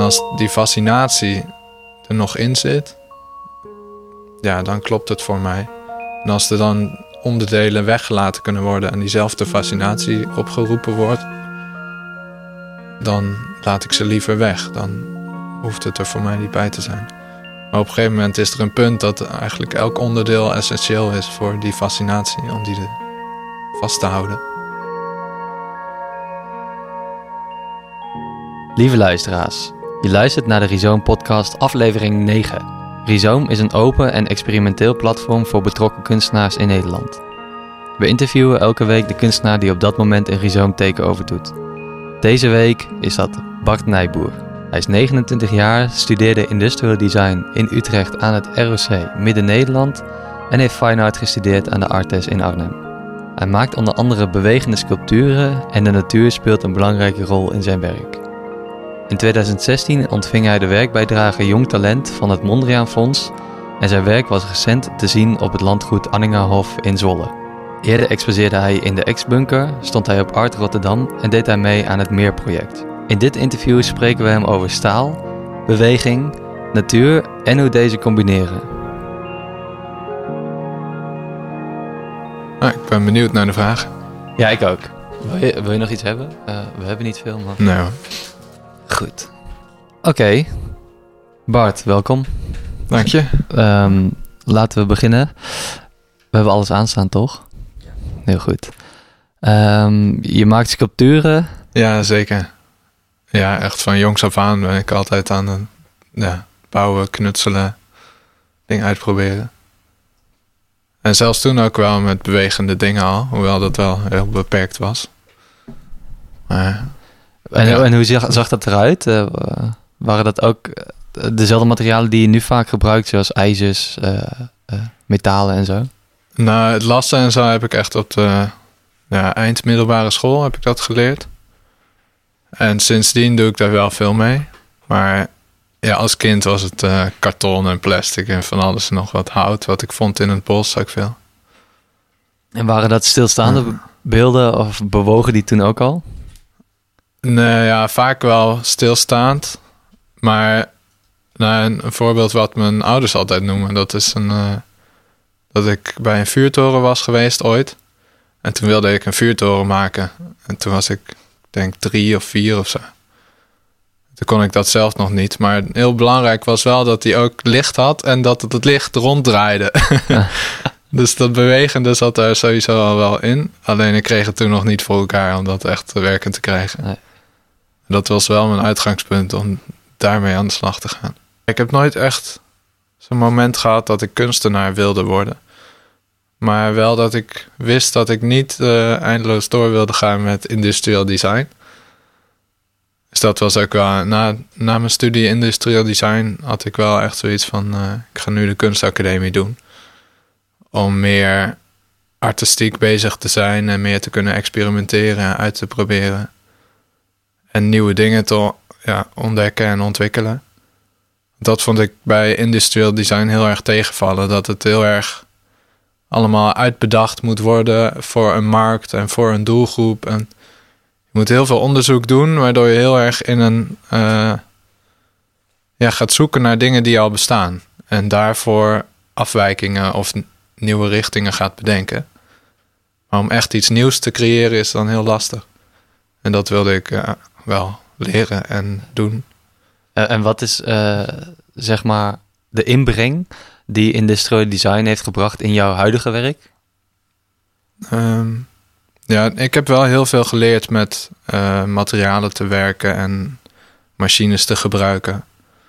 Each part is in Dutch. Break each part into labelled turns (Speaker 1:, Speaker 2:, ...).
Speaker 1: als die fascinatie er nog in zit, ja, dan klopt het voor mij. En als er dan onderdelen weggelaten kunnen worden en diezelfde fascinatie opgeroepen wordt, dan laat ik ze liever weg. Dan hoeft het er voor mij niet bij te zijn. Maar op een gegeven moment is er een punt dat eigenlijk elk onderdeel essentieel is voor die fascinatie, om die vast te houden.
Speaker 2: Lieve luisteraars, je luistert naar de Rhizoom podcast aflevering 9. Rhizoom is een open en experimenteel platform voor betrokken kunstenaars in Nederland. We interviewen elke week de kunstenaar die op dat moment een Rhizoom takeover doet. Deze week is dat Bart Nijboer. Hij is 29 jaar, studeerde Industrial Design in Utrecht aan het ROC Midden-Nederland en heeft Fine Art gestudeerd aan de Artes in Arnhem. Hij maakt onder andere bewegende sculpturen en de natuur speelt een belangrijke rol in zijn werk. In 2016 ontving hij de werkbijdrage Jong Talent van het Mondriaan Fonds en zijn werk was recent te zien op het landgoed Anningerhof in Zwolle. Eerder exposeerde hij in de Ex-bunker, stond hij op Art Rotterdam en deed hij mee aan het Meerproject. In dit interview spreken we hem over staal, beweging, natuur en hoe deze combineren.
Speaker 1: Ik ben benieuwd naar de vragen.
Speaker 2: Ja, ik ook. Wil je nog iets hebben? We hebben niet veel, maar...
Speaker 1: Nee hoor.
Speaker 2: Goed. Oké. Bart, welkom.
Speaker 1: Dank je.
Speaker 2: Laten we beginnen. We hebben alles aanstaan, toch? Ja. Heel goed. Je maakt sculpturen.
Speaker 1: Ja, zeker. Ja, echt van jongs af aan ben ik altijd aan het bouwen, knutselen, dingen uitproberen. En zelfs toen ook wel met bewegende dingen al, hoewel dat wel heel beperkt was. Maar,
Speaker 2: en hoe zag dat eruit? Waren dat ook dezelfde materialen die je nu vaak gebruikt, zoals ijzers, metalen en zo?
Speaker 1: Nou, het lassen en zo heb ik echt op de eindmiddelbare school heb ik dat geleerd. En sindsdien doe ik daar wel veel mee. Maar ja, als kind was het karton en plastic en van alles en nog wat hout. Wat ik vond in het bos ook veel.
Speaker 2: En waren dat stilstaande beelden of bewogen die toen ook al?
Speaker 1: Nee, ja, vaak wel stilstaand. Maar een voorbeeld wat mijn ouders altijd noemen. Dat is dat ik bij een vuurtoren was geweest ooit. En toen wilde ik een vuurtoren maken. En toen was ik, denk 3 of 4 of zo. Toen kon ik dat zelf nog niet. Maar heel belangrijk was wel dat hij ook licht had. En dat het licht ronddraaide. Dus dat bewegende zat daar sowieso al wel in. Alleen ik kreeg het toen nog niet voor elkaar om dat echt werkend te krijgen. Nee. Dat was wel mijn uitgangspunt om daarmee aan de slag te gaan. Ik heb nooit echt zo'n moment gehad dat ik kunstenaar wilde worden. Maar wel dat ik wist dat ik niet eindeloos door wilde gaan met industrial design. Dus dat was ook wel... Na mijn studie industrial design had ik wel echt zoiets van... ik ga nu de kunstacademie doen. Om meer artistiek bezig te zijn en meer te kunnen experimenteren en uit te proberen. En nieuwe dingen te ontdekken en ontwikkelen. Dat vond ik bij industrial design heel erg tegenvallen. Dat het heel erg allemaal uitbedacht moet worden voor een markt en voor een doelgroep. En je moet heel veel onderzoek doen, waardoor je heel erg in een gaat zoeken naar dingen die al bestaan. En daarvoor afwijkingen of nieuwe richtingen gaat bedenken. Maar om echt iets nieuws te creëren is dan heel lastig. En dat wilde ik wel leren en doen.
Speaker 2: En wat is zeg maar de inbreng die industrial design heeft gebracht in jouw huidige werk?
Speaker 1: Ik heb wel heel veel geleerd met materialen te werken en machines te gebruiken.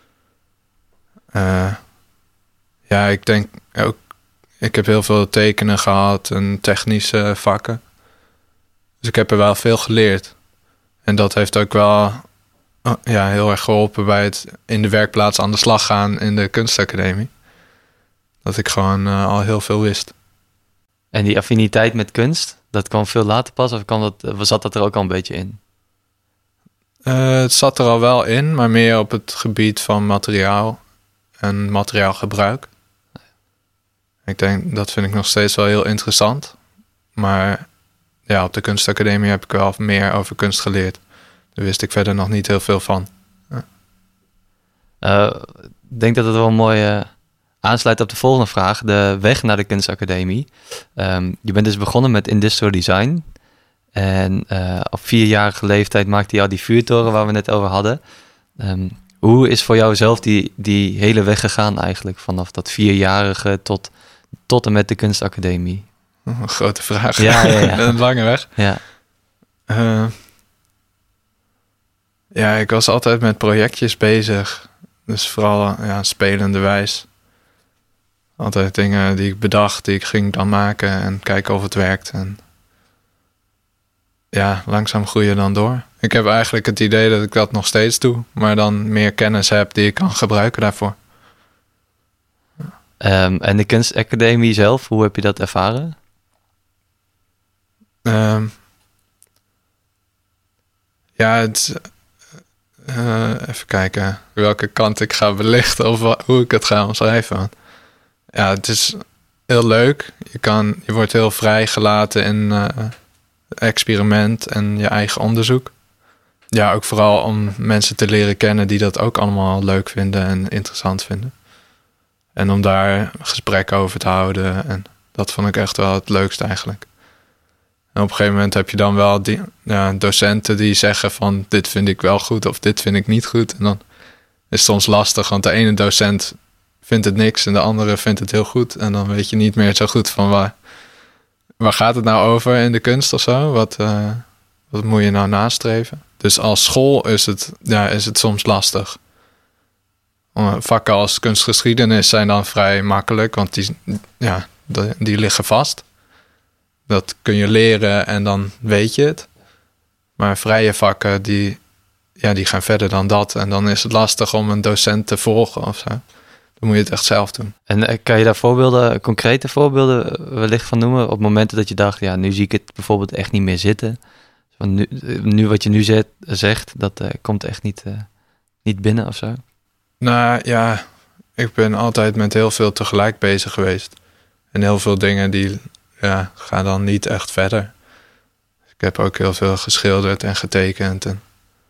Speaker 1: Ik denk ook, ik heb heel veel tekenen gehad en technische vakken. Dus ik heb er wel veel geleerd. En dat heeft ook wel heel erg geholpen bij het in de werkplaats aan de slag gaan in de kunstacademie. Dat ik gewoon al heel veel wist.
Speaker 2: En die affiniteit met kunst, dat kwam veel later pas? Of zat dat er ook al een beetje in?
Speaker 1: Het zat er al wel in, maar meer op het gebied van materiaal en materiaalgebruik. Ik denk, dat vind ik nog steeds wel heel interessant. Maar ja, op de kunstacademie heb ik wel meer over kunst geleerd. Daar wist ik verder nog niet heel veel van. Ja.
Speaker 2: Ik denk dat het wel mooi aansluit op de volgende vraag. De weg naar de kunstacademie. Je bent dus begonnen met industrial design. En op 4-jarige leeftijd maakte je al die vuurtoren waar we net over hadden. Hoe is voor jou zelf die hele weg gegaan eigenlijk? Vanaf dat 4-jarige tot en met de kunstacademie?
Speaker 1: Een grote vraag.
Speaker 2: Ja.
Speaker 1: Een lange weg.
Speaker 2: Ja.
Speaker 1: Ja, ik was altijd met projectjes bezig. Dus vooral spelende wijs. Altijd dingen die ik bedacht, die ik ging dan maken en kijken of het werkt. En ja, langzaam groeien dan door. Ik heb eigenlijk het idee dat ik dat nog steeds doe, maar dan meer kennis heb die ik kan gebruiken daarvoor.
Speaker 2: En de kunstacademie zelf, hoe heb je dat ervaren?
Speaker 1: Even kijken welke kant ik ga belichten of hoe ik het ga omschrijven. Ja, het is heel leuk. Je wordt heel vrijgelaten in experiment en je eigen onderzoek. Ja, ook vooral om mensen te leren kennen die dat ook allemaal leuk vinden en interessant vinden. En om daar gesprekken over te houden. En dat vond ik echt wel het leukste eigenlijk. En op een gegeven moment heb je dan wel docenten die zeggen van dit vind ik wel goed of dit vind ik niet goed. En dan is het soms lastig, want de ene docent vindt het niks en de andere vindt het heel goed. En dan weet je niet meer zo goed van waar gaat het nou over in de kunst of zo? Wat moet je nou nastreven? Dus als school is het soms lastig. Vakken als kunstgeschiedenis zijn dan vrij makkelijk, want die liggen vast. Dat kun je leren en dan weet je het. Maar vrije vakken, die gaan verder dan dat. En dan is het lastig om een docent te volgen of zo. Dan moet je het echt zelf doen.
Speaker 2: En kan je daar concrete voorbeelden wellicht van noemen? Op momenten dat je dacht, nu zie ik het bijvoorbeeld echt niet meer zitten. Want nu wat je nu zegt, dat komt echt niet binnen of zo?
Speaker 1: Nou ja, ik ben altijd met heel veel tegelijk bezig geweest. En heel veel dingen die gaan dan niet echt verder. Ik heb ook heel veel geschilderd en getekend. En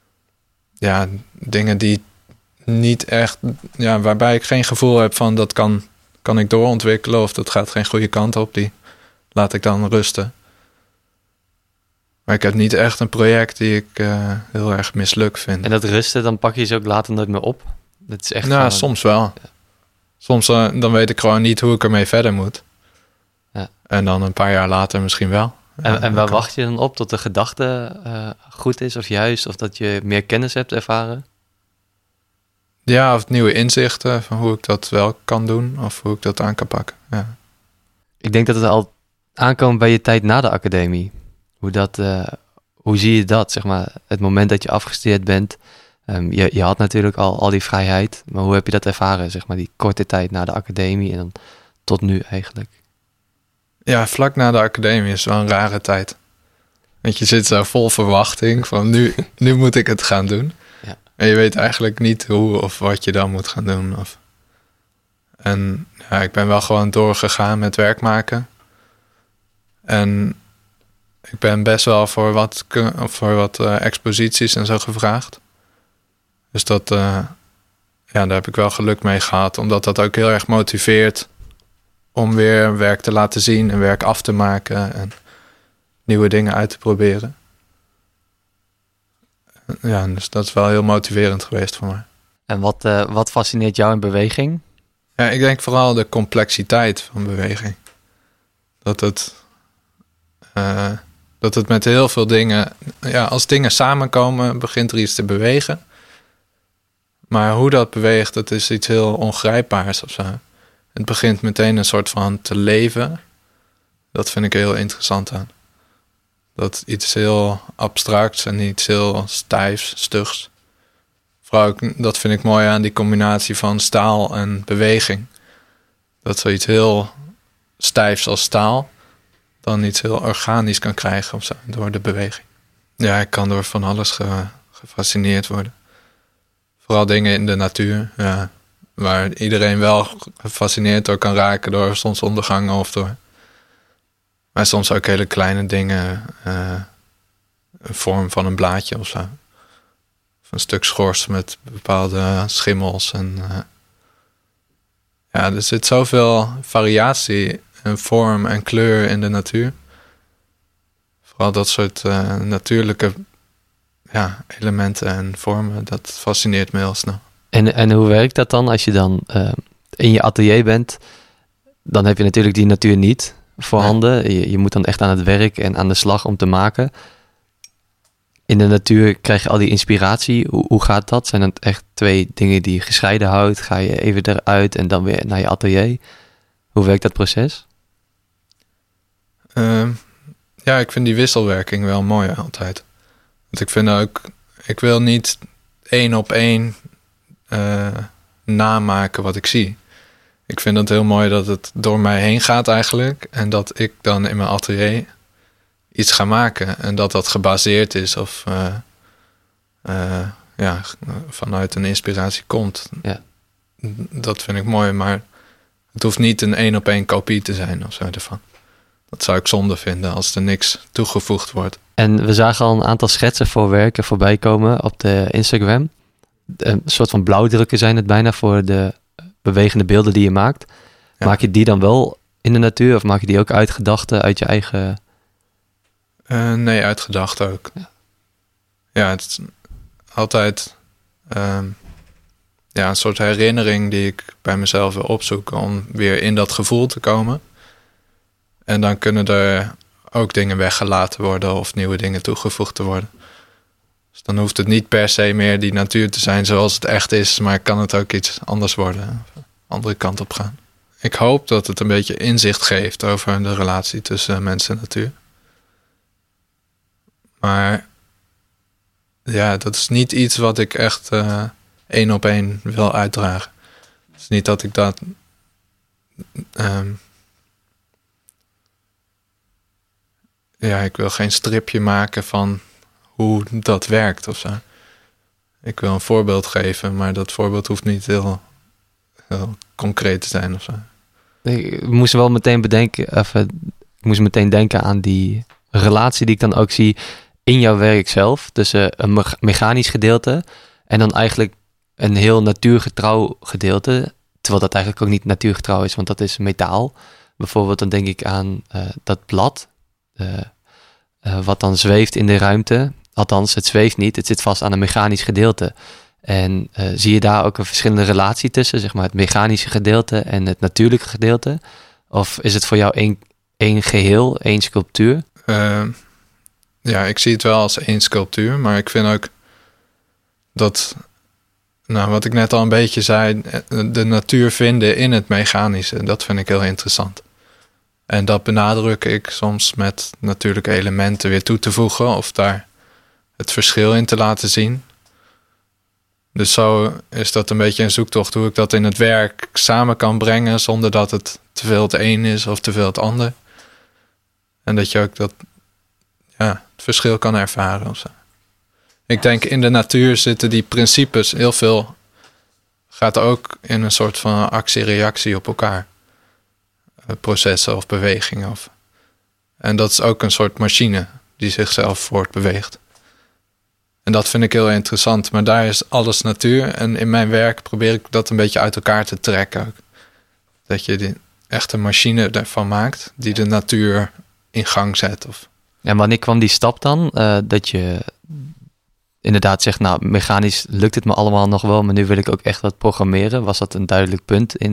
Speaker 1: dingen die niet echt, waarbij ik geen gevoel heb van dat kan ik doorontwikkelen of dat gaat geen goede kant op, die laat ik dan rusten. Maar ik heb niet echt een project die ik heel erg mislukt vind.
Speaker 2: En dat rusten, dan pak je ze ook later nooit meer op? Dat is echt
Speaker 1: soms wel. Ja. Soms dan weet ik gewoon niet hoe ik ermee verder moet. Ja. En dan een paar jaar later misschien wel.
Speaker 2: En waar wacht je dan op? Tot de gedachte goed is of juist? Of dat je meer kennis hebt ervaren?
Speaker 1: Ja, of nieuwe inzichten van hoe ik dat wel kan doen. Of hoe ik dat aan kan pakken. Ja.
Speaker 2: Ik denk dat het al aankomt bij je tijd na de academie. Hoe zie je dat, zeg maar? Het moment dat je afgestudeerd bent. Je had natuurlijk al die vrijheid. Maar hoe heb je dat ervaren, zeg maar? Die korte tijd na de academie en dan tot nu eigenlijk.
Speaker 1: Ja, vlak na de academie is wel een rare tijd. Want je zit zo vol verwachting van nu moet ik het gaan doen. Ja. En je weet eigenlijk niet hoe of wat je dan moet gaan doen. En ik ben wel gewoon doorgegaan met werk maken. En ik ben best wel voor wat exposities en zo gevraagd. Dus daar heb ik wel geluk mee gehad. Omdat dat ook heel erg motiveert om weer werk te laten zien en werk af te maken en nieuwe dingen uit te proberen. Ja, dus dat is wel heel motiverend geweest voor mij.
Speaker 2: En wat fascineert jou in beweging?
Speaker 1: Ja, ik denk vooral de complexiteit van beweging. Dat het met heel veel dingen, als dingen samenkomen, begint er iets te bewegen. Maar hoe dat beweegt, dat is iets heel ongrijpbaars of zo. Het begint meteen een soort van te leven. Dat vind ik heel interessant aan. Dat iets heel abstracts en iets heel stijfs, stugs. Vooral dat vind ik mooi aan die combinatie van staal en beweging. Dat zoiets heel stijfs als staal dan iets heel organisch kan krijgen of zo, door de beweging. Ja, ik kan door van alles gefascineerd worden. Vooral dingen in de natuur, waar iedereen wel gefascineerd door kan raken door zonsondergangen of door. Maar soms ook hele kleine dingen, een vorm van een blaadje of zo. een stuk schors met bepaalde schimmels. En er zit zoveel variatie en vorm en kleur in de natuur. Vooral dat soort natuurlijke elementen en vormen, dat fascineert me heel snel.
Speaker 2: En hoe werkt dat dan als je dan in je atelier bent? Dan heb je natuurlijk die natuur niet voorhanden. Nee. Je moet dan echt aan het werk en aan de slag om te maken. In de natuur krijg je al die inspiratie. Hoe gaat dat? Zijn dat echt 2 dingen die je gescheiden houdt? Ga je even eruit en dan weer naar je atelier? Hoe werkt dat proces?
Speaker 1: Ik vind die wisselwerking wel mooi altijd. Want ik vind ook, ik wil niet 1 op 1 namaken wat ik zie. Ik vind het heel mooi dat het door mij heen gaat eigenlijk. En dat ik dan in mijn atelier iets ga maken. En dat gebaseerd is of vanuit een inspiratie komt. Ja. Dat vind ik mooi, maar het hoeft niet een 1 op 1 kopie te zijn of zo ervan. Dat zou ik zonde vinden als er niks toegevoegd wordt. En
Speaker 2: we zagen al een aantal schetsen voor werken voorbij komen op de Instagram. Een soort van blauwdrukken zijn het bijna voor de bewegende beelden die je maakt. Ja. Maak je die dan wel in de natuur of maak je die ook uit gedachten, uit je eigen...
Speaker 1: Nee, uit gedachten ook. Ja, het is altijd een soort herinnering die ik bij mezelf wil opzoeken om weer in dat gevoel te komen. En dan kunnen er ook dingen weggelaten worden of nieuwe dingen toegevoegd te worden. Dus dan hoeft het niet per se meer die natuur te zijn zoals het echt is, maar kan het ook iets anders worden, of andere kant op gaan. Ik hoop dat het een beetje inzicht geeft over de relatie tussen mens en natuur. Maar ja, dat is niet iets wat ik echt 1 op 1 wil uitdragen. Het is niet dat ik dat... ik wil geen stripje maken van hoe dat werkt of zo. Ik wil een voorbeeld geven, maar dat voorbeeld hoeft niet heel concreet te zijn of zo.
Speaker 2: Ik moest wel meteen denken aan die relatie die ik dan ook zie in jouw werk zelf. Tussen een mechanisch gedeelte en dan eigenlijk een heel natuurgetrouw gedeelte. Terwijl dat eigenlijk ook niet natuurgetrouw is, want dat is metaal. Bijvoorbeeld dan denk ik aan dat blad. Wat dan zweeft in de ruimte. Althans, het zweeft niet. Het zit vast aan een mechanisch gedeelte. En zie je daar ook een verschillende relatie tussen? Zeg maar het mechanische gedeelte en het natuurlijke gedeelte? Of is het voor jou één geheel, één sculptuur?
Speaker 1: Ik zie het wel als 1 sculptuur. Maar ik vind ook dat... wat ik net al een beetje zei... de natuur vinden in het mechanische. Dat vind ik heel interessant. En dat benadruk ik soms met natuurlijke elementen weer toe te voegen of daar het verschil in te laten zien. Dus zo is dat een beetje een zoektocht hoe ik dat in het werk samen kan brengen zonder dat het te veel het een is of te veel het ander. En dat je ook het verschil kan ervaren of zo. Ik denk in de natuur zitten die principes heel veel, gaat ook in een soort van actie-reactie op elkaar. Processen of bewegingen. En dat is ook een soort machine die zichzelf voortbeweegt. En dat vind ik heel interessant. Maar daar is alles natuur. En in mijn werk probeer ik dat een beetje uit elkaar te trekken. Ook. Dat je die echte machine ervan maakt die de natuur in gang zet.
Speaker 2: En wanneer kwam die stap dan? Dat je inderdaad zegt, mechanisch lukt het me allemaal nog wel, maar nu wil ik ook echt wat programmeren. Was dat een duidelijk punt in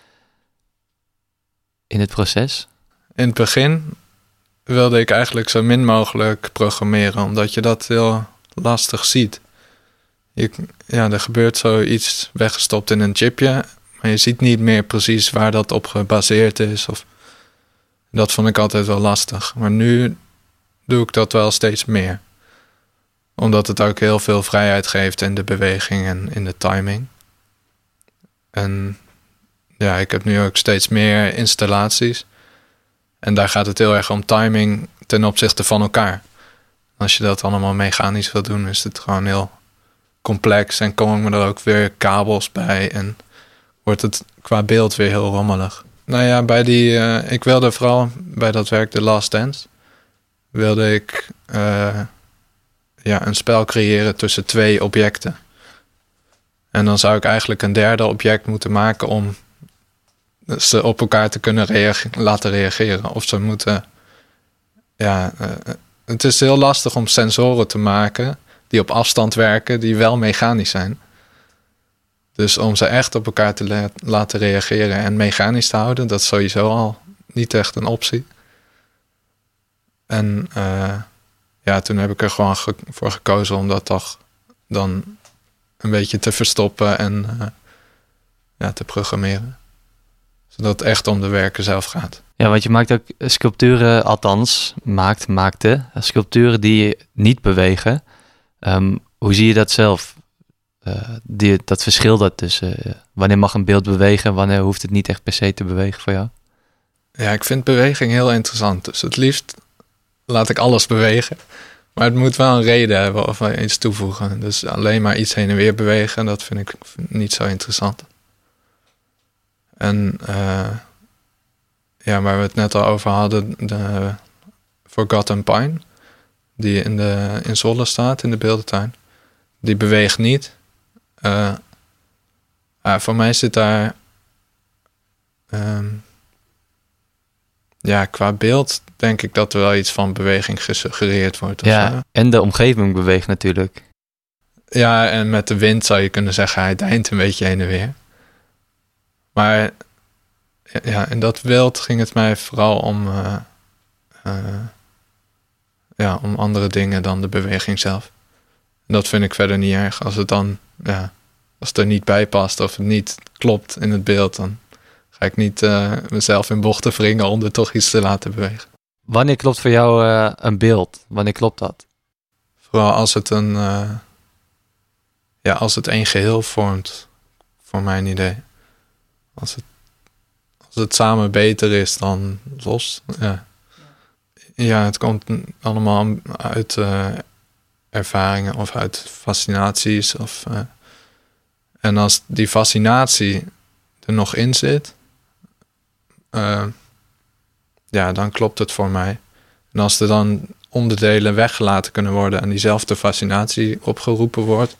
Speaker 2: het proces?
Speaker 1: In het begin wilde ik eigenlijk zo min mogelijk programmeren, omdat je dat heel lastig ziet. Er gebeurt zoiets weggestopt in een chipje, maar je ziet niet meer precies waar dat op gebaseerd is. Dat vond ik altijd wel lastig. Maar nu doe ik dat wel steeds meer. Omdat het ook heel veel vrijheid geeft in de beweging en in de timing. En ik heb nu ook steeds meer installaties. En daar gaat het heel erg om timing ten opzichte van elkaar. Als je dat allemaal mechanisch wil doen, is het gewoon heel complex. En komen er ook weer kabels bij. En wordt het qua beeld weer heel rommelig. Ik wilde vooral bij dat werk The Last Dance. Wilde ik een spel creëren tussen 2 objecten. En dan zou ik eigenlijk een derde object moeten maken om ze op elkaar te kunnen laten reageren. Of ze moeten... het is heel lastig om sensoren te maken die op afstand werken, die wel mechanisch zijn. Dus om ze echt op elkaar te laten reageren en mechanisch te houden, dat is sowieso al niet echt een optie. En toen heb ik er gewoon voor gekozen om dat toch dan een beetje te verstoppen en te programmeren. Zodat het echt om de werken zelf gaat.
Speaker 2: Ja, want je maakt ook sculpturen, althans maakte sculpturen die niet bewegen. Hoe zie je dat zelf? Dat verschil dat tussen wanneer mag een beeld bewegen, wanneer hoeft het niet echt per se te bewegen voor jou?
Speaker 1: Ja, ik vind beweging heel interessant. Dus het liefst laat ik alles bewegen. Maar het moet wel een reden hebben of iets toevoegen. Dus alleen maar iets heen en weer bewegen, dat vind ik niet zo interessant. En waar we het net al over hadden, de Forgotten Pine, die in Zwolle staat, in de beeldentuin, die beweegt niet. Voor mij zit daar... qua beeld denk ik dat er wel iets van beweging gesuggereerd wordt.
Speaker 2: Ja, en de omgeving beweegt natuurlijk.
Speaker 1: Ja, en met de wind zou je kunnen zeggen, hij deint een beetje heen en weer. Maar in dat beeld ging het mij vooral om andere dingen dan de beweging zelf. En dat vind ik verder niet erg. Als het er niet bij past of het niet klopt in het beeld, dan ga ik niet mezelf in bochten wringen om er toch iets te laten bewegen.
Speaker 2: Wanneer klopt voor jou een beeld? Wanneer klopt dat?
Speaker 1: Vooral als het als het één geheel vormt, voor mijn idee. Als het samen beter is dan los. Ja, het komt allemaal uit ervaringen of uit fascinaties. En als die fascinatie er nog in zit, dan klopt het voor mij. En als er dan onderdelen weggelaten kunnen worden en diezelfde fascinatie opgeroepen wordt,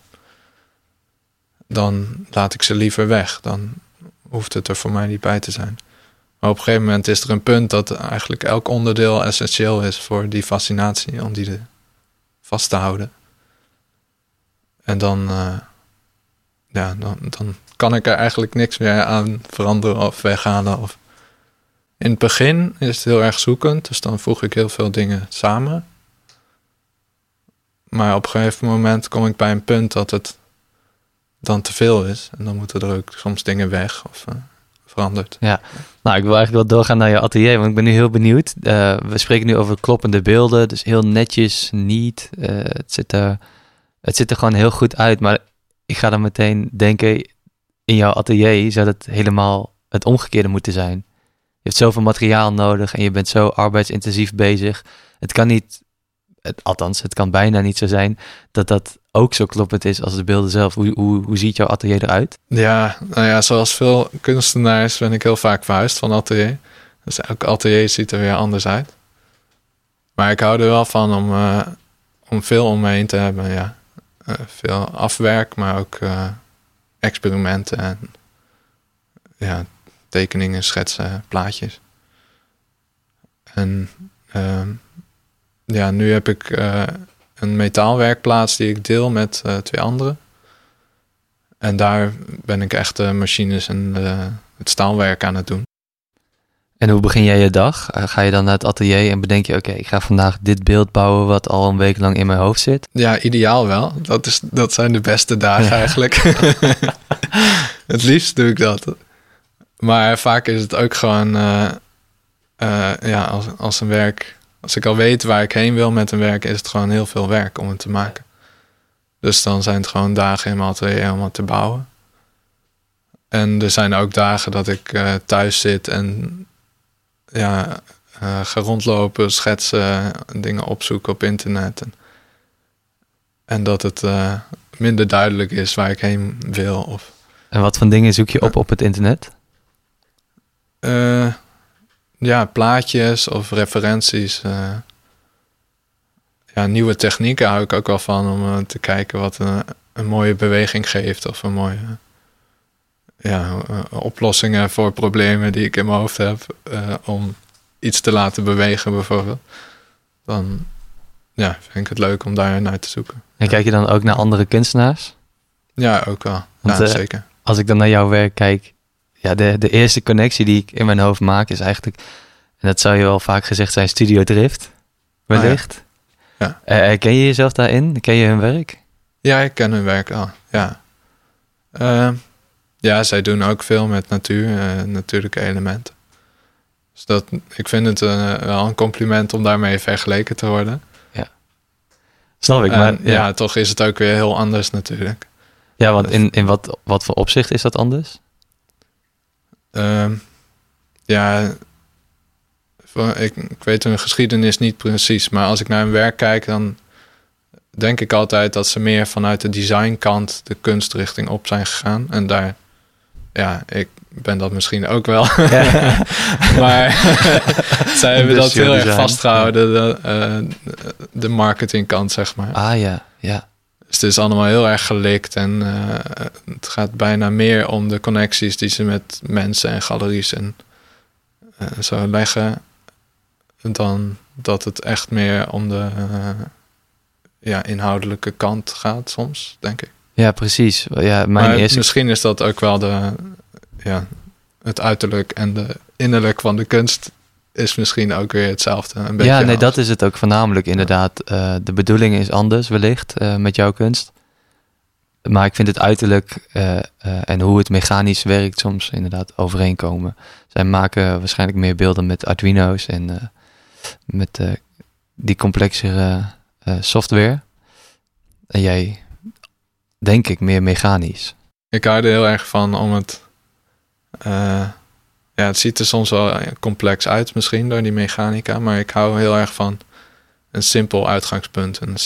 Speaker 1: dan laat ik ze liever weg. Dan hoeft het er voor mij niet bij te zijn. Maar op een gegeven moment is er een punt dat eigenlijk elk onderdeel essentieel is voor die fascinatie, om die vast te houden. En dan kan ik er eigenlijk niks meer aan veranderen of weghalen. In het begin is het heel erg zoekend, dus dan voeg ik heel veel dingen samen. Maar op een gegeven moment kom ik bij een punt dat het dan te veel is. En dan moeten er ook soms dingen weg of veranderd.
Speaker 2: Ja, nou, ik wil eigenlijk wel doorgaan naar je atelier, want ik ben nu heel benieuwd. We spreken nu over kloppende beelden, dus heel netjes, neat. Het ziet er gewoon heel goed uit, maar ik ga dan meteen denken, in jouw atelier zou het helemaal het omgekeerde moeten zijn. Je hebt zoveel materiaal nodig en je bent zo arbeidsintensief bezig. Het kan niet, het kan bijna niet zo zijn dat ook zo kloppend is als de beelden zelf. Hoe ziet jouw atelier eruit?
Speaker 1: Ja, zoals veel kunstenaars ben ik heel vaak verhuisd van atelier. Dus elk atelier ziet er weer anders uit. Maar ik hou er wel van om veel om me heen te hebben, ja. Veel afwerk, maar ook experimenten en tekeningen, schetsen, plaatjes. En nu heb ik een metaalwerkplaats die ik deel met 2 anderen. En daar ben ik echt de machines en het staalwerk aan het doen.
Speaker 2: En hoe begin jij je dag? Ga je dan naar het atelier en bedenk je, oké, ik ga vandaag dit beeld bouwen wat al een week lang in mijn hoofd zit?
Speaker 1: Ja, ideaal wel. Dat zijn de beste dagen eigenlijk. Het liefst doe ik dat. Maar vaak is het ook gewoon als een werk. Als ik al weet waar ik heen wil met een werk, is het gewoon heel veel werk om het te maken. Dus dan zijn het gewoon dagen in mijn atelier om het te bouwen. En er zijn ook dagen dat ik thuis zit en ga rondlopen, schetsen, dingen opzoeken op internet. En dat het minder duidelijk is waar ik heen wil.
Speaker 2: En wat voor dingen zoek je op het internet?
Speaker 1: Plaatjes of referenties. nieuwe technieken hou ik ook wel van om te kijken wat een mooie beweging geeft. Of een mooie oplossingen voor problemen die ik in mijn hoofd heb. Om iets te laten bewegen bijvoorbeeld. Dan vind ik het leuk om daar naar te zoeken.
Speaker 2: En kijk je dan ook naar andere kunstenaars?
Speaker 1: Ja, ook wel.
Speaker 2: Want,
Speaker 1: zeker.
Speaker 2: Als ik dan naar jouw werk kijk, de eerste connectie die ik in mijn hoofd maak is eigenlijk, en dat zou je wel vaak gezegd zijn, Studio Drift, wellicht.
Speaker 1: Ja.
Speaker 2: Ken je jezelf daarin? Ken je hun werk?
Speaker 1: Ja, ik ken hun werk al, ja. Zij doen ook veel met natuurlijke elementen. Dus ik vind het wel een compliment om daarmee vergeleken te worden.
Speaker 2: Ja. Snap ik, maar...
Speaker 1: toch is het ook weer heel anders natuurlijk.
Speaker 2: Ja, want in wat voor opzicht is dat anders?
Speaker 1: Ik weet hun geschiedenis niet precies. Maar als ik naar hun werk kijk, dan denk ik altijd dat ze meer vanuit de designkant de kunstrichting op zijn gegaan. En daar, ik ben dat misschien ook wel. Ja. Maar zij hebben dat heel erg vastgehouden, de marketingkant, zeg maar.
Speaker 2: Ah ja.
Speaker 1: Dus het is allemaal heel erg gelikt en het gaat bijna meer om de connecties die ze met mensen en galeries en zo leggen, dan dat het echt meer om de inhoudelijke kant gaat soms, denk ik.
Speaker 2: Ja, precies. Ja,
Speaker 1: misschien is dat ook wel het uiterlijk en de innerlijk van de kunst is misschien ook weer hetzelfde. Een beetje
Speaker 2: nee, dat is het ook voornamelijk inderdaad. De bedoeling is anders wellicht met jouw kunst. Maar ik vind het uiterlijk en hoe het mechanisch werkt soms inderdaad overeenkomen. Zij maken waarschijnlijk meer beelden met Arduino's en met die complexere software. En jij, denk ik, meer mechanisch.
Speaker 1: Ik hou er heel erg van om het... het ziet er soms wel complex uit misschien door die mechanica. Maar ik hou heel erg van een simpel uitgangspunt. Een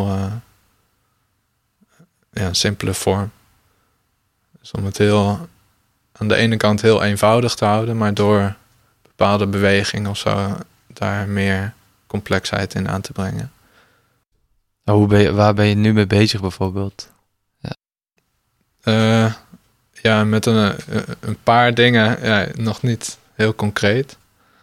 Speaker 1: simpele vorm. Dus om het aan de ene kant heel eenvoudig te houden. Maar door bepaalde beweging of zo daar meer complexheid in aan te brengen.
Speaker 2: Waar ben je nu mee bezig bijvoorbeeld?
Speaker 1: Met een paar dingen, nog niet heel concreet.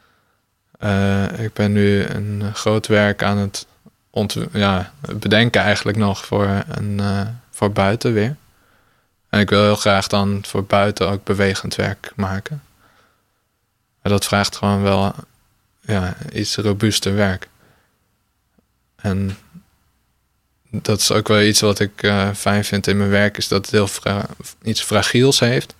Speaker 1: Ik ben nu een groot werk aan het bedenken eigenlijk nog voor buiten weer. En ik wil heel graag dan voor buiten ook bewegend werk maken. Maar dat vraagt gewoon wel iets robuuster werk. En dat is ook wel iets wat ik fijn vind in mijn werk, is dat het heel iets fragiels heeft.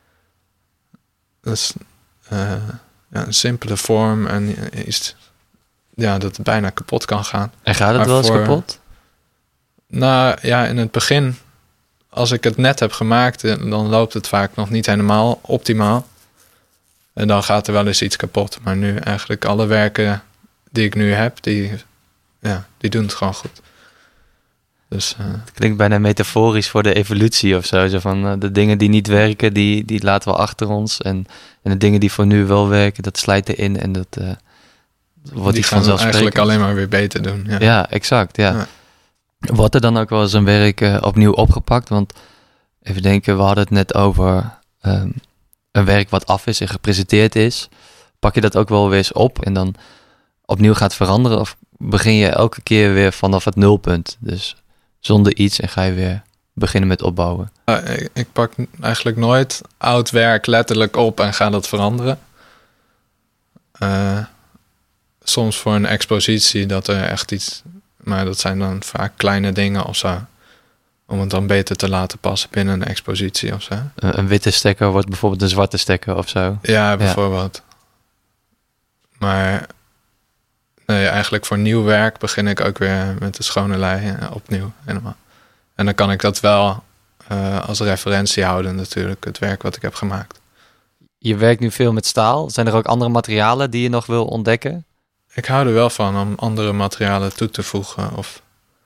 Speaker 1: Dus een simpele vorm en iets dat het bijna kapot kan gaan.
Speaker 2: En gaat het wel eens kapot?
Speaker 1: Nou ja, in het begin, als ik het net heb gemaakt, dan loopt het vaak nog niet helemaal optimaal. En dan gaat er wel eens iets kapot. Maar nu eigenlijk alle werken die ik nu heb, die doen het gewoon goed. Dus,
Speaker 2: het klinkt bijna metaforisch voor de evolutie of zo. Zo van de dingen die niet werken, die laten we achter ons. En de dingen die voor nu wel werken, dat slijt erin. En dat wordt
Speaker 1: die gaan eigenlijk alleen maar weer beter doen.
Speaker 2: Ja, exact. Ja. Wordt er dan ook wel eens een werk opnieuw opgepakt? Want even denken, we hadden het net over een werk wat af is en gepresenteerd is. Pak je dat ook wel weer eens op en dan opnieuw gaat veranderen? Of begin je elke keer weer vanaf het nulpunt? Dus zonder iets en ga je weer beginnen met opbouwen?
Speaker 1: Ik pak eigenlijk nooit oud werk letterlijk op en ga dat veranderen. Soms voor een expositie dat er echt iets... Maar dat zijn dan vaak kleine dingen of zo. Om het dan beter te laten passen binnen een expositie of zo.
Speaker 2: Een witte stekker wordt bijvoorbeeld een zwarte stekker of zo?
Speaker 1: Ja, bijvoorbeeld. Ja. Maar nee, eigenlijk voor nieuw werk begin ik ook weer met de schone lei opnieuw helemaal. En dan kan ik dat wel als referentie houden natuurlijk, het werk wat ik heb gemaakt.
Speaker 2: Je werkt nu veel met staal. Zijn er ook andere materialen die je nog wil ontdekken?
Speaker 1: Ik hou er wel van om andere materialen toe te voegen of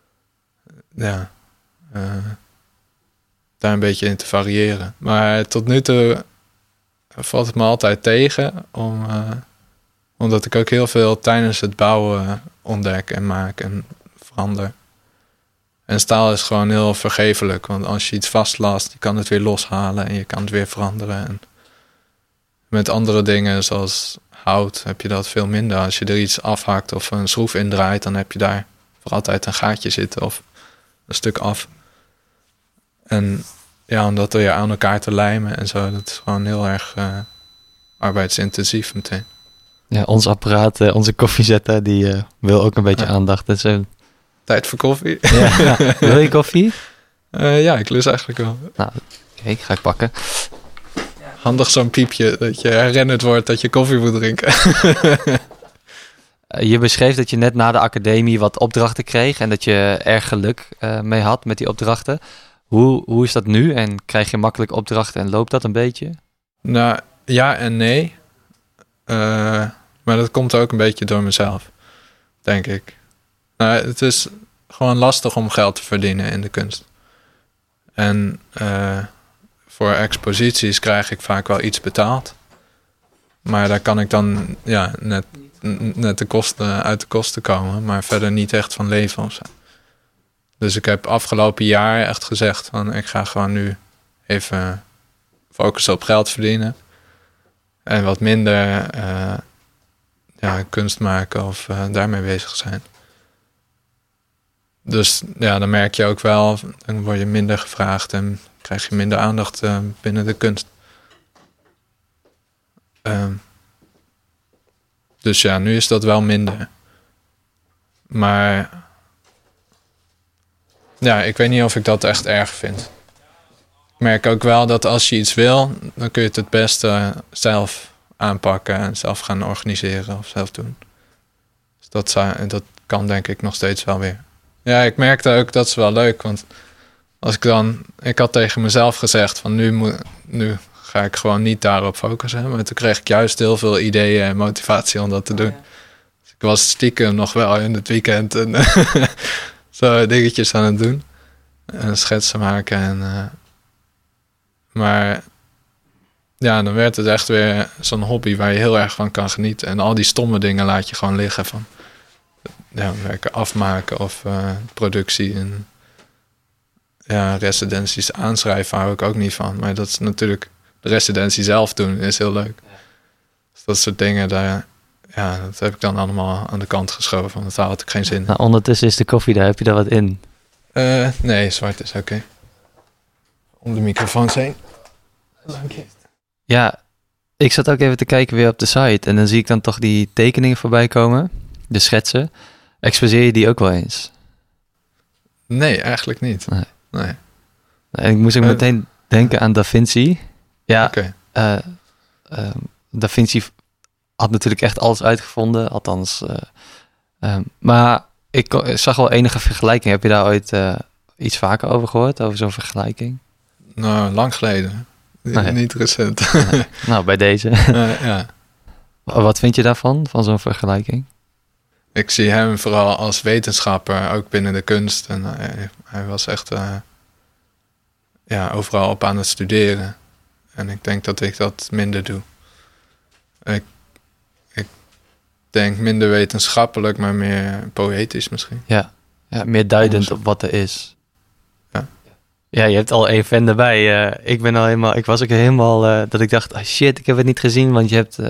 Speaker 1: daar een beetje in te variëren. Maar tot nu toe valt het me altijd tegen omdat ik ook heel veel tijdens het bouwen ontdek en maak. En verander. En staal is gewoon heel vergevelijk. Want als je iets vastlast, je kan het weer loshalen en je kan het weer veranderen. En met andere dingen zoals hout heb je dat veel minder. Als je er iets afhakt of een schroef indraait, dan heb je daar voor altijd een gaatje zitten of een stuk af. En ja, om dat weer aan elkaar te lijmen en zo, dat is gewoon heel erg arbeidsintensief meteen.
Speaker 2: Ja, ons apparaat, onze koffiezetter, die wil ook een beetje aandacht. Dus,
Speaker 1: tijd voor koffie?
Speaker 2: Ja. Wil je koffie?
Speaker 1: Ja, ik lust eigenlijk wel.
Speaker 2: Nou, kijk, ga ik pakken.
Speaker 1: Handig zo'n piepje, dat je herinnerd wordt dat je koffie moet drinken.
Speaker 2: Je beschreef dat je net na de academie wat opdrachten kreeg en dat je erg geluk mee had met die opdrachten. Hoe is dat nu? En krijg je makkelijk opdrachten en loopt dat een beetje?
Speaker 1: Nou, ja en nee. Maar dat komt ook een beetje door mezelf, denk ik. Nou, het is gewoon lastig om geld te verdienen in de kunst. En voor exposities krijg ik vaak wel iets betaald. Maar daar kan ik dan net uit de kosten komen, maar verder niet echt van leven of zo. Dus ik heb afgelopen jaar echt gezegd van ik ga gewoon nu even focussen op geld verdienen. En wat minder kunst maken of daarmee bezig zijn. Dus ja, dan merk je ook wel, dan word je minder gevraagd en krijg je minder aandacht binnen de kunst. Dus ja, nu is dat wel minder. Maar ja, ik weet niet of ik dat echt erg vind. Ik merk ook wel dat als je iets wil, dan kun je het beste zelf aanpakken en zelf gaan organiseren of zelf doen. Dus dat kan denk ik nog steeds wel weer. Ja, ik merkte ook, dat is wel leuk, want als ik had tegen mezelf gezegd van nu ga ik gewoon niet daarop focussen. Maar toen kreeg ik juist heel veel ideeën en motivatie om dat te doen. Dus ik was stiekem nog wel in het weekend en zo dingetjes aan het doen. En schetsen maken. Maar ja, dan werd het echt weer zo'n hobby waar je heel erg van kan genieten. En al die stomme dingen laat je gewoon liggen van werken afmaken of productie en residenties aanschrijven hou ik ook niet van. Maar dat is natuurlijk, de residentie zelf doen is heel leuk. Dus dat soort dingen, dat heb ik dan allemaal aan de kant geschoven, want daar had ik geen zin in.
Speaker 2: Nou, ondertussen is de koffie daar, heb je daar wat in?
Speaker 1: Nee, zwart is oké. Om de microfoons heen. Dank je.
Speaker 2: Ja, ik zat ook even te kijken weer op de site en dan zie ik dan toch die tekeningen voorbij komen, de schetsen. Exposeer je die ook wel eens?
Speaker 1: Nee, eigenlijk niet. Nee.
Speaker 2: En ik moest ook meteen denken aan Da Vinci. Ja,
Speaker 1: okay.
Speaker 2: Da Vinci had natuurlijk echt alles uitgevonden, althans. Maar ik zag wel enige vergelijking. Heb je daar ooit iets vaker over gehoord, over zo'n vergelijking?
Speaker 1: Nou, lang geleden. Niet recent.
Speaker 2: Nee. Nou, bij deze.
Speaker 1: Ja.
Speaker 2: Wat vind je daarvan, van zo'n vergelijking?
Speaker 1: Ik zie hem vooral als wetenschapper, ook binnen de kunst. En hij was echt overal op aan het studeren. En ik denk dat ik dat minder doe. Ik denk minder wetenschappelijk, maar meer poëtisch misschien.
Speaker 2: Ja, meer duidend op wat er is.
Speaker 1: Ja.
Speaker 2: Ja, je hebt al één fan erbij. Ik was ook helemaal dat ik dacht, shit, ik heb het niet gezien, want je hebt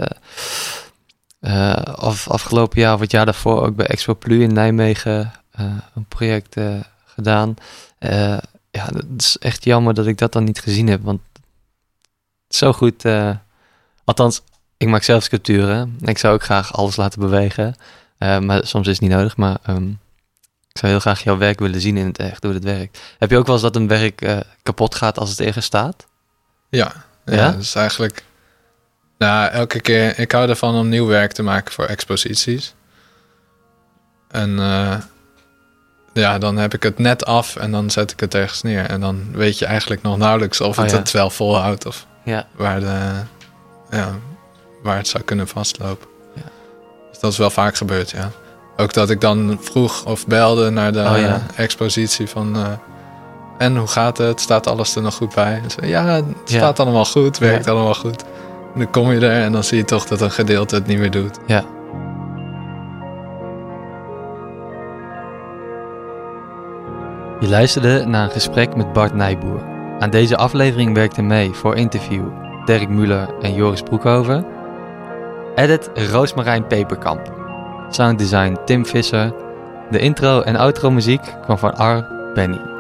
Speaker 2: afgelopen jaar of het jaar daarvoor ook bij Expo Plu in Nijmegen een project gedaan. Het is echt jammer dat ik dat dan niet gezien heb, want het is zo goed. Althans, ik maak zelf sculpturen en ik zou ook graag alles laten bewegen, maar soms is het niet nodig, maar ik zou heel graag jouw werk willen zien in het echt, hoe het werkt. Heb je ook wel eens dat een werk kapot gaat als het ergens staat?
Speaker 1: Ja, dat is eigenlijk... Nou, elke keer... Ik hou ervan om nieuw werk te maken voor exposities. En dan heb ik het net af en dan zet ik het ergens neer. En dan weet je eigenlijk nog nauwelijks of het wel volhoudt of waar het zou kunnen vastlopen. Ja. Dus dat is wel vaak gebeurd, ja. Ook dat ik dan vroeg of belde naar de expositie van... en hoe gaat het? Staat alles er nog goed bij? En zei, het staat allemaal goed, werkt allemaal goed. En dan kom je er en dan zie je toch dat een gedeelte het niet meer doet.
Speaker 2: Ja. Je luisterde naar een gesprek met Bart Nijboer. Aan deze aflevering werkten mee voor interview Dirk Muller en Joris Broekhoven. Edit Roosmarijn Peperkamp. Sounddesign Tim Visser. De intro en outro muziek kwam van R. Benny.